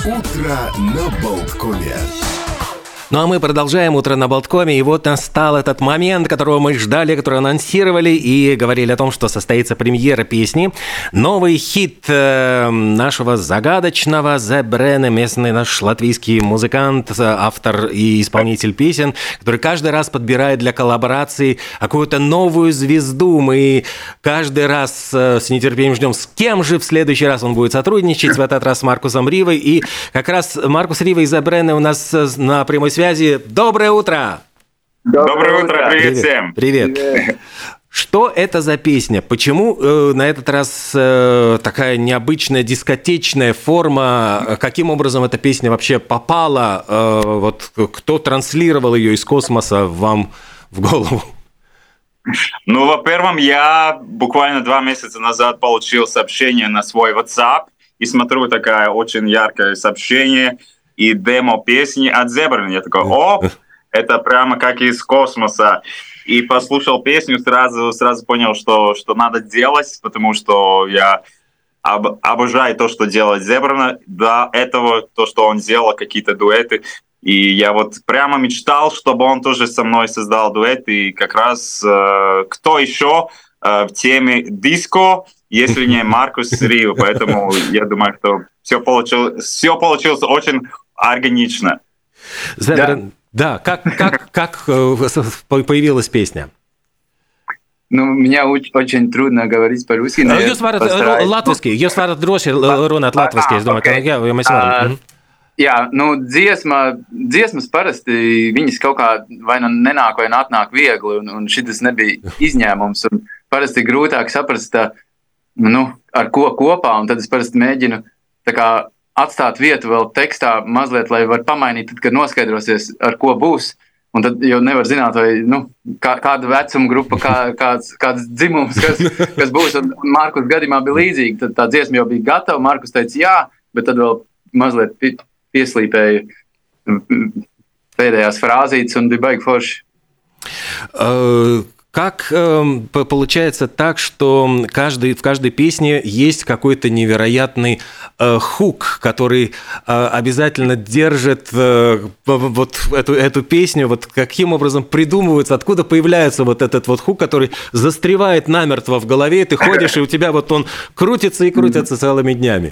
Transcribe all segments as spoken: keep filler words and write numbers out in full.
Утро на Болткоме. Ну а мы продолжаем «Утро на Болткоме», и вот настал этот момент, которого мы ждали, который анонсировали и говорили о том, что состоится премьера песни. Новый хит э, нашего загадочного Зе Брене, местный наш латвийский музыкант, автор и исполнитель песен, который каждый раз подбирает для коллаборации какую-то новую звезду. Мы каждый раз э, с нетерпением ждем, с кем же в следующий раз он будет сотрудничать, в этот раз с Маркусом Ривой. И как раз Маркус Рива и Зе Брене у нас на прямой связи. Доброе утро! Доброе утро! Привет, Привет всем! Привет! Привет. Что это за песня? Почему э, на этот раз э, такая необычная дискотечная форма? Каким образом эта песня вообще попала? Э, вот кто транслировал ее из космоса вам в голову? Ну, во-первых, я буквально два месяца назад получил сообщение на свой WhatsApp и смотрю, такое очень яркое сообщение и демо песни от Зе Брене. Я такой, о, это прямо как из космоса. И послушал песню, сразу, сразу понял, что, что надо делать, потому что я об, обожаю то, что делает Зе Брене. До этого то, что он делал, какие-то дуэты. И я вот прямо мечтал, чтобы он тоже со мной создал дуэт. И как раз э, кто еще э, в теме диско, если не Маркус Рива. Поэтому я думаю, что все получилось, все получилось очень органично. Зе Брене, да, как, как, как появилась песня? Nu, меня очень трудно говорить по-русски. Jūs varat latviski, jūs varat droši runāt latviski, es domāju, ka jā, jo mēs varam. Jā, nu, dziesma, dziesmas parasti viņas kaut kā vai nu nenāk, vai atnāk viegli, un, un šitas nebija izņēmums, un parasti grūtāk saprast, nu, ar ko kopā, un tad es parasti mēģinu tā kā atstāt vietu vēl tekstā mazliet, lai var pamainīt, tad, kad noskaidrosies, ar ko būs. Un tad jau nevar zināt, vai nu, kā, kāda vecuma grupa, kā, kāds, kāds dzimums, kas, kas būs. Un Markus gadījumā bija līdzīgi. Tad tā dziesma jau bija gatava, Markus teica jā, bet tad vēl mazliet pieslīpēja pēdējās frāzītes un bija baigi forši. Uh... Как э, получается так, что каждый, в каждой песне есть какой-то невероятный э, хук, который э, обязательно держит э, вот эту, эту песню, вот каким образом придумывается, откуда появляется вот этот вот хук, который застревает намертво в голове, и ты ходишь, и у тебя вот он крутится и крутится целыми днями.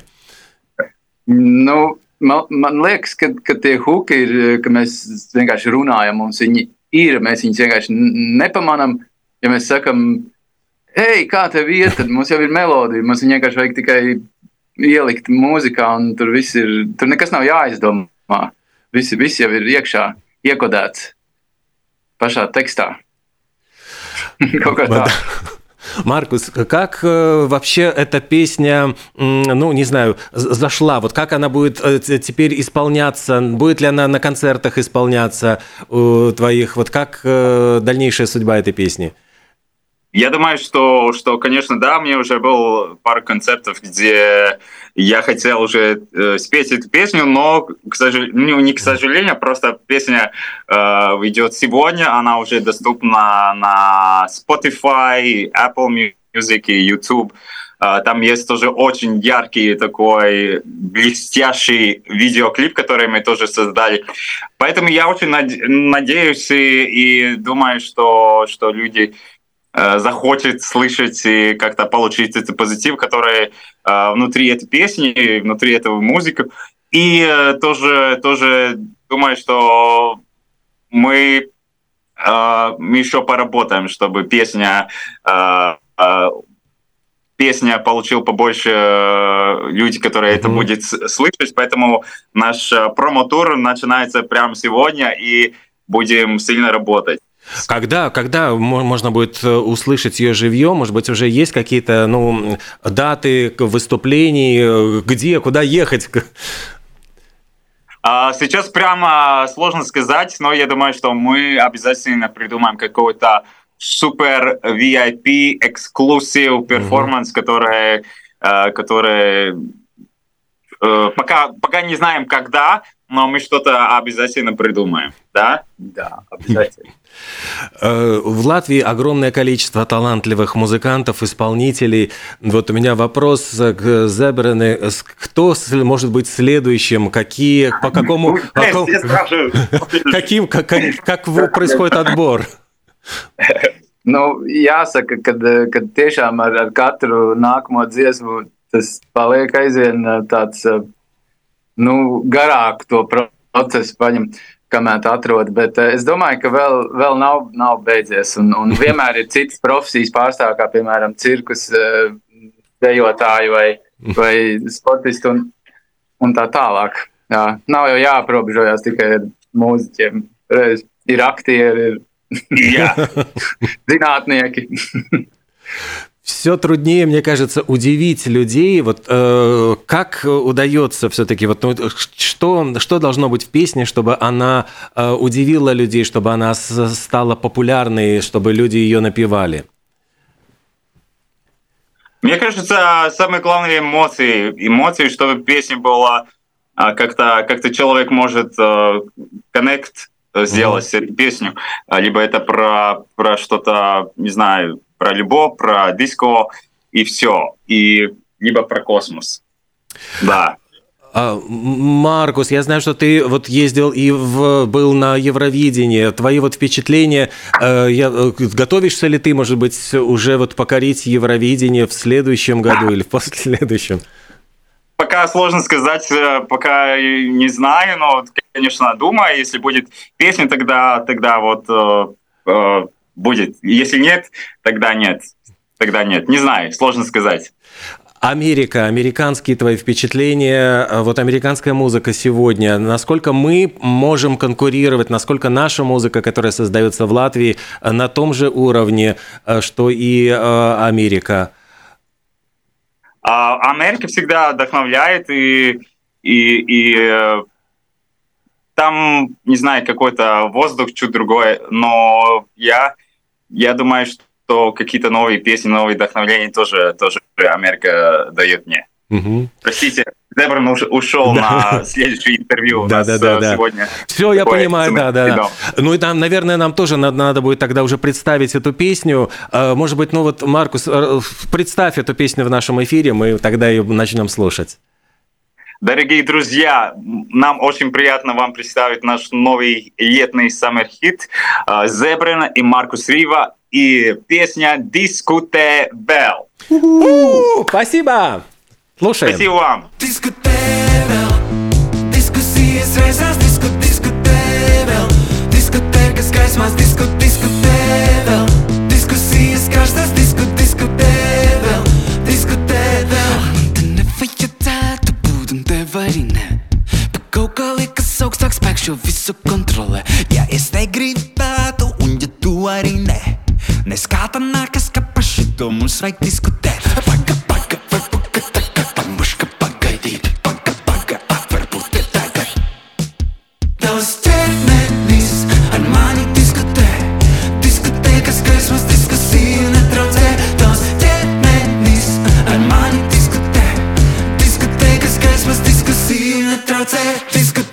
Nu, man, man liekas, ka, ka tie huki ir, ka mēs vienkārši runājam, mums viņi ir, mēs viņus vienkārši nepamanam. Ja mēs sakam, hei, kā tev iet, tad mums jau ir melodija, mums viņu vienkārši vajag tikai ielikt mūzikā, un tur viss ir, tur nekas nav jāizdomā. Viss, viss jau ir iekšā, iekodēts pašā tekstā. Kaut kā tā. Маркус, как э, вообще эта песня, ну, не знаю, зашла? Вот как она будет э, теперь исполняться? Будет ли она на концертах исполняться у твоих? Вот как э, дальнейшая судьба этой песни? Я думаю, что, что, конечно, да, мне уже было пару концертов, где я хотел уже э, спеть эту песню, но, к сожалению, ну, не к сожалению, просто песня э, идет сегодня, она уже доступна на Spotify, Apple Music и YouTube. Э, там есть тоже очень яркий такой блестящий видеоклип, который мы тоже создали. Поэтому я очень наде- надеюсь и, и думаю, что, что люди захочет слышать и как-то получить этот позитив, который э, внутри этой песни, внутри этого музыки. И э, тоже, тоже думаю, что мы, э, мы еще поработаем, чтобы песня, э, э, песня получил побольше э, людей, которые mm-hmm. это будет слышать. Поэтому наш э, промо-тур начинается прямо сегодня, и будем сильно работать. Когда, когда можно будет услышать ее живьем? Может быть, уже есть какие-то ну, даты выступлений? Где, куда ехать? Сейчас прямо сложно сказать, но я думаю, что мы обязательно придумаем какой-то супер ви ай пи эксклюзив перформанс, mm-hmm. который, который пока, пока не знаем когда. но мы что-то обязательно придумаем, да? Да, обязательно. В Латвии огромное количество талантливых музыкантов, исполнителей. Вот у меня вопрос к Зебрене. Кто может быть следующим? Какие, по какому... Каким, как, как происходит отбор? Nu, jāsaka, ka, ka tiešām ar, ar katru nākamo dziesmu tas paliek aizvien tāds, nu, garāk to procesu paņem, kamēr atrod. Bet es domāju, ka vēl, vēl nav, nav beidzies. Un, un vienmēr ir citas profesijas pārstāvji, kā piemēram cirkus dejotāji vai, vai sportisti un, un tā tālāk. Jā, nav jau jāaprobežojās tikai ar mūziķiem. Ir aktieri, ir Yeah. Все труднее, мне кажется, удивить людей. Вот э, как удается все-таки, вот, ну, что, что должно быть в песне, чтобы она э, удивила людей, чтобы она стала популярной, чтобы люди ее напевали? Мне кажется, самые главные эмоции, эмоции, чтобы песня была как-то, как-то человек может connect сделать mm-hmm. песню, либо это про, про что-то, не знаю, про любовь, про диско и все, и либо про космос. Да. Маркус, я знаю, что ты вот ездил и в, был на Евровидении. Твои вот впечатления, э, я, готовишься ли ты, может быть, уже вот покорить Евровидение в следующем году или в последующем? Пока сложно сказать, пока не знаю, но, конечно, думаю, если будет песня, тогда, тогда вот э, э, будет. Если нет, тогда нет. Тогда нет. Не знаю, сложно сказать. Америка, американские твои впечатления, вот американская музыка сегодня, насколько мы можем конкурировать, насколько наша музыка, которая создается в Латвии, на том же уровне, что и Америка? Америка всегда вдохновляет, и, и, и там, не знаю, какой-то воздух чуть другой, но я, я думаю, что то какие-то новые песни, новые вдохновления тоже, тоже Америка дает мне. Угу. Простите, Зебрен ушел да. на следующее интервью да, у нас да, да, да. сегодня. Все, я понимаю, да, да, да. Ну и там, наверное, нам тоже надо, надо будет тогда уже представить эту песню. Может быть, ну вот, Маркус, представь эту песню в нашем эфире, мы тогда ее начнем слушать. Дорогие друзья, нам очень приятно вам представить наш новый летний саммер-хит Зебрена и Маркус Рива и песня «Discute Bell». У-у-у, спасибо! Слушаем. Спасибо вам. Šo visu kontrolē, ja es negribētu, un ja tu arī ne. Neskāta nākas, ka par šito mums vajag diskutēt. Paga, paga, varbūt, ka tagad pamuška pagaidīt. Paga, paga, ak, varbūt, ka tagad. Tavs ķermenis ar mani diskutē. Diskutē, kas gaismas diskusiju netraucē. Tavs ķermenis ar mani diskutē. Diskutē, kas gaismas diskusiju netraucē. Diskutē.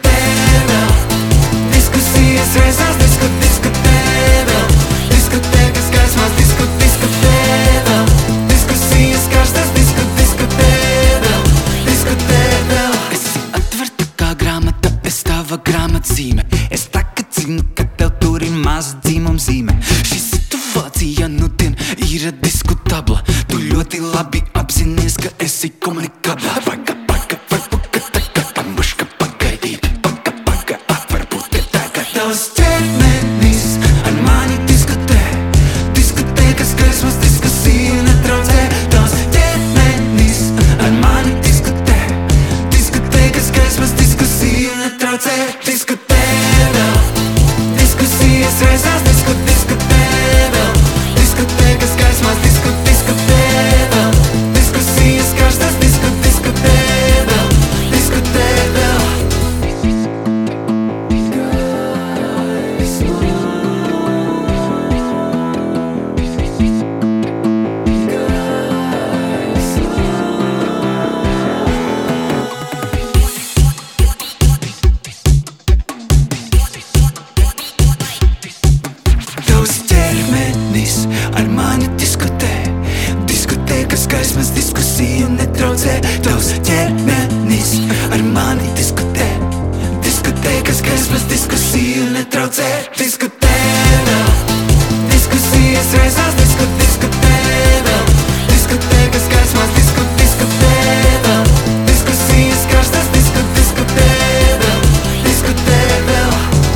Reizes diskut, diskutē vēl. Diskotēkas gaismās diskut, diskutē vēl. Diskusijas karstas diskut, diskutē vēl. Diskutē vēl. Esi atverta kā grāmata, es tava grāmatzīme. Es tagad zinu, ka tev tur ir maza dzīmuma zīme. Šī situācija nu dien ir diskutabla. Tu ļoti labi apzinies, ka esi komunikabla. Paga, paga, varbūt, ka tagad pamuška pagaidīt. Paga, paga, ak, varbūt, ka tagad. Tavs ķermenis mani diskutē. Diskotēkas gaismas diskusiju netraucē. Diskutē vēl, diskusijas reizās disku, diskutē vēl. Diskotēkas gaismas disku, diskutē vēl. Diskusijas karstas disku, diskutē vēl. Diskutē vēl.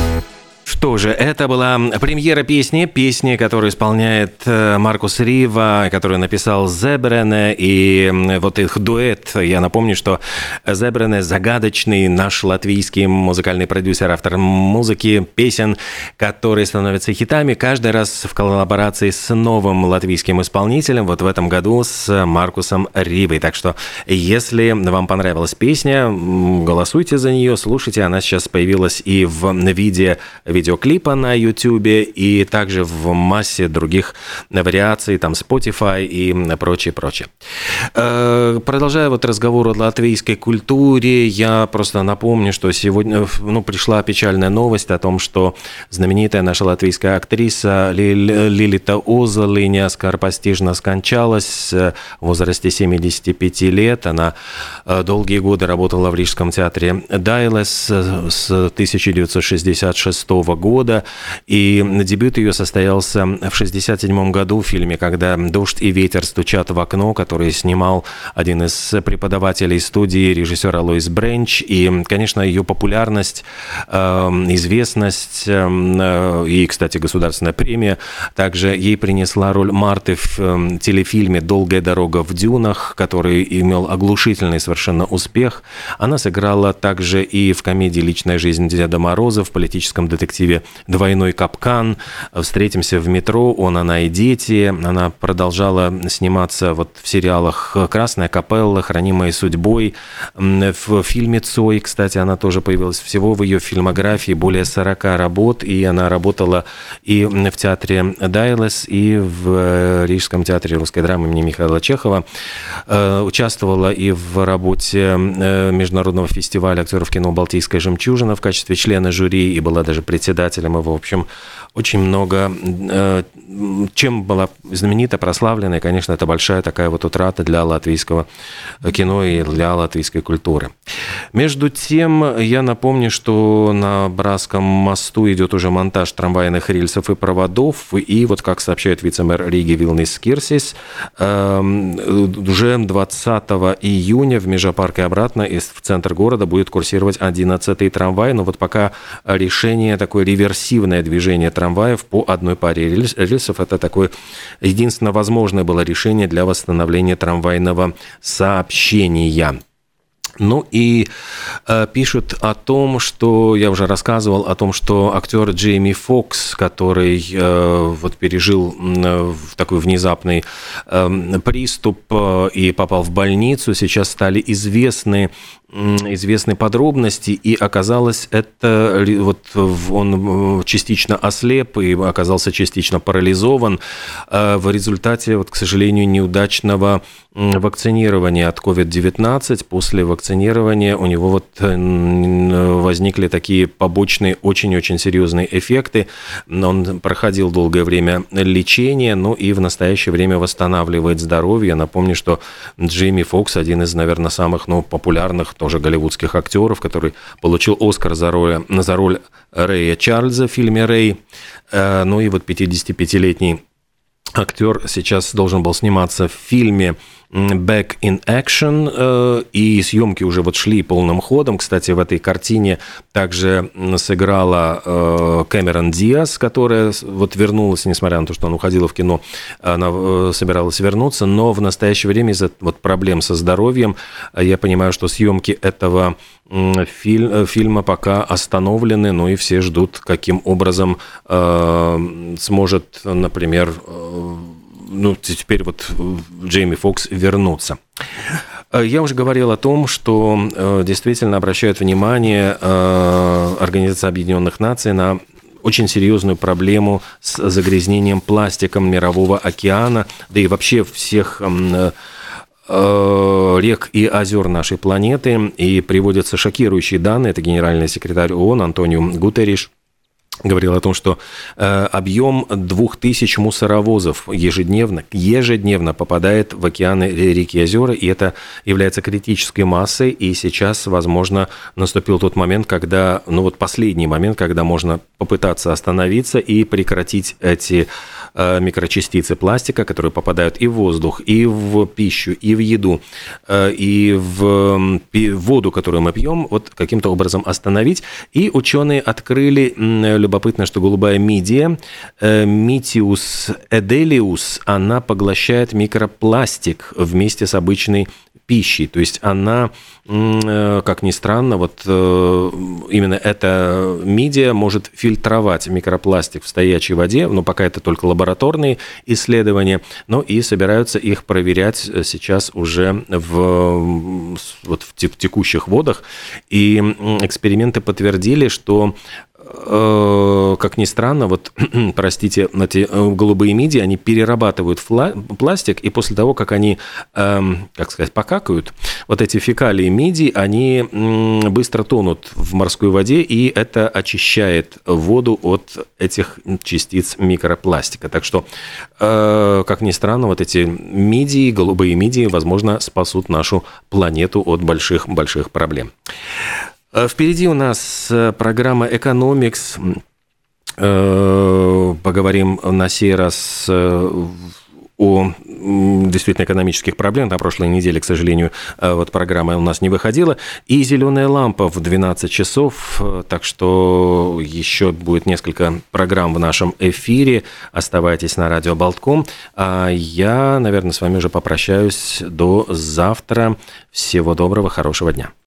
Что же, это была премьера песни, песни, которую исполняет Маркус Рива, которую написал Зебрене, и вот их дуэт. Я напомню, что Зебрене – загадочный наш латвийский музыкальный продюсер, автор музыки, песен, которые становятся хитами каждый раз в коллаборации с новым латвийским исполнителем, вот в этом году с Маркусом Ривой. Так что, если вам понравилась песня, голосуйте за нее, слушайте. Она сейчас появилась и в виде видео клипа на YouTube, и также в массе других вариаций, там Spotify и прочее, прочее. Продолжая вот разговор о латвийской культуре, я просто напомню, что сегодня ну, пришла печальная новость о том, что знаменитая наша латвийская актриса Лилита Озолиня скоропостижно скончалась в возрасте семидесяти пяти лет. Она долгие годы работала в Рижском театре Дайлес с тысяча девятьсот шестьдесят шестого года, и дебют ее состоялся в шестьдесят седьмом году в фильме «Когда дождь и ветер стучат в окно», который снимал один из преподавателей студии, режиссер Алоис Бренч. И, конечно, ее популярность, известность и, кстати, государственная премия также ей принесла роль Марты в телефильме «Долгая дорога в дюнах», который имел оглушительный совершенно успех. Она сыграла также и в комедии «Личная жизнь Деда Мороза», в политическом детективе «Двойной капкан», «Встретимся в метро», «Он, она и дети». Она продолжала сниматься вот в сериалах «Красная капелла», «Хранимая судьбой». В фильме «Цой», кстати, она тоже появилась. Всего в ее фильмографии более сорока работ, и она работала и в театре Дайлес, и в Рижском театре русской драмы имени Михаила Чехова. Участвовала и в работе Международного фестиваля актеров кино «Балтийская жемчужина» в качестве члена жюри, и была даже председателем его. В общем, очень много, чем была знаменита, прославлена, и, конечно, это большая такая вот утрата для латвийского кино и для латвийской культуры. Между тем, я напомню, что на Братском мосту идет уже монтаж трамвайных рельсов и проводов, и вот, как сообщает вице-мэр Риги Вилнис Кирсис, уже двадцатого июня в Межапарк и обратно в центр города будет курсировать одиннадцатый трамвай, но вот пока решение, такое реверсивное движение трамваев по одной паре рельсов, это такое единственно возможное было решение для восстановления трамвайного сообщения. Ну и э, пишут о том, что я уже рассказывал о том, что актер Джейми Фокс, который э, вот пережил э, такой внезапный э, приступ э, и попал в больницу, сейчас стали известны известны подробности, и оказалось, это вот он частично ослеп и оказался частично парализован в результате, вот, к сожалению, неудачного вакцинирования от ковид девятнадцать. После вакцинирования у него вот возникли такие побочные, очень-очень серьезные эффекты. Он проходил долгое время лечение, но и в настоящее время восстанавливает здоровье. Я напомню, что Джейми Фокс один из, наверное, самых ну, популярных тоже голливудских актеров, который получил Оскар за роль, за роль Рэя Чарльза в фильме «Рэй». Ну и вот пятидесятипятилетний актер сейчас должен был сниматься в фильме «Back in Action», и съемки уже вот шли полным ходом. Кстати, в этой картине также сыграла Кэмерон Диас, которая вот вернулась, несмотря на то, что она уходила в кино, она собиралась вернуться, но в настоящее время из-за вот проблем со здоровьем, я понимаю, что съемки этого фильма пока остановлены, ну и все ждут, каким образом сможет, например, ну, теперь вот Джейми Фокс вернуться. Я уже говорил о том, что действительно обращают внимание Организация Объединенных Наций на очень серьезную проблему с загрязнением пластиком Мирового океана, да и вообще всех рек и озер нашей планеты. И приводятся шокирующие данные. Это генеральный секретарь ООН Антонио Гутерриш говорил о том, что э, объем двух тысяч мусоровозов ежедневно, ежедневно попадает в океаны, реки, озера, и это является критической массой, и сейчас, возможно, наступил тот момент, когда, ну вот последний момент, когда можно попытаться остановиться и прекратить эти э, микрочастицы пластика, которые попадают и в воздух, и в пищу, и в еду, э, и в, в воду, которую мы пьем, вот каким-то образом остановить. И ученые открыли э, любопытно, что голубая мидия, Митиус эделиус, она поглощает микропластик вместе с обычной пищей. То есть она, как ни странно, вот именно эта мидия может фильтровать микропластик в стоячей воде, но пока это только лабораторные исследования, но и собираются их проверять сейчас уже в, вот в текущих водах. И эксперименты подтвердили, что как ни странно, вот, простите, эти голубые мидии, они перерабатывают пластик, и после того, как они, как сказать, покакают, вот эти фекалии мидий, они быстро тонут в морской воде, и это очищает воду от этих частиц микропластика. Так что, как ни странно, вот эти мидии, голубые мидии, возможно, спасут нашу планету от больших-больших проблем. Впереди у нас программа «Экономикс». Поговорим на сей раз о действительно экономических проблемах. На прошлой неделе, к сожалению, вот программа у нас не выходила. И «Зеленая лампа» в двенадцать часов. Так что еще будет несколько программ в нашем эфире. Оставайтесь на радио Болтком. А я, наверное, с вами уже попрощаюсь до завтра. Всего доброго, хорошего дня.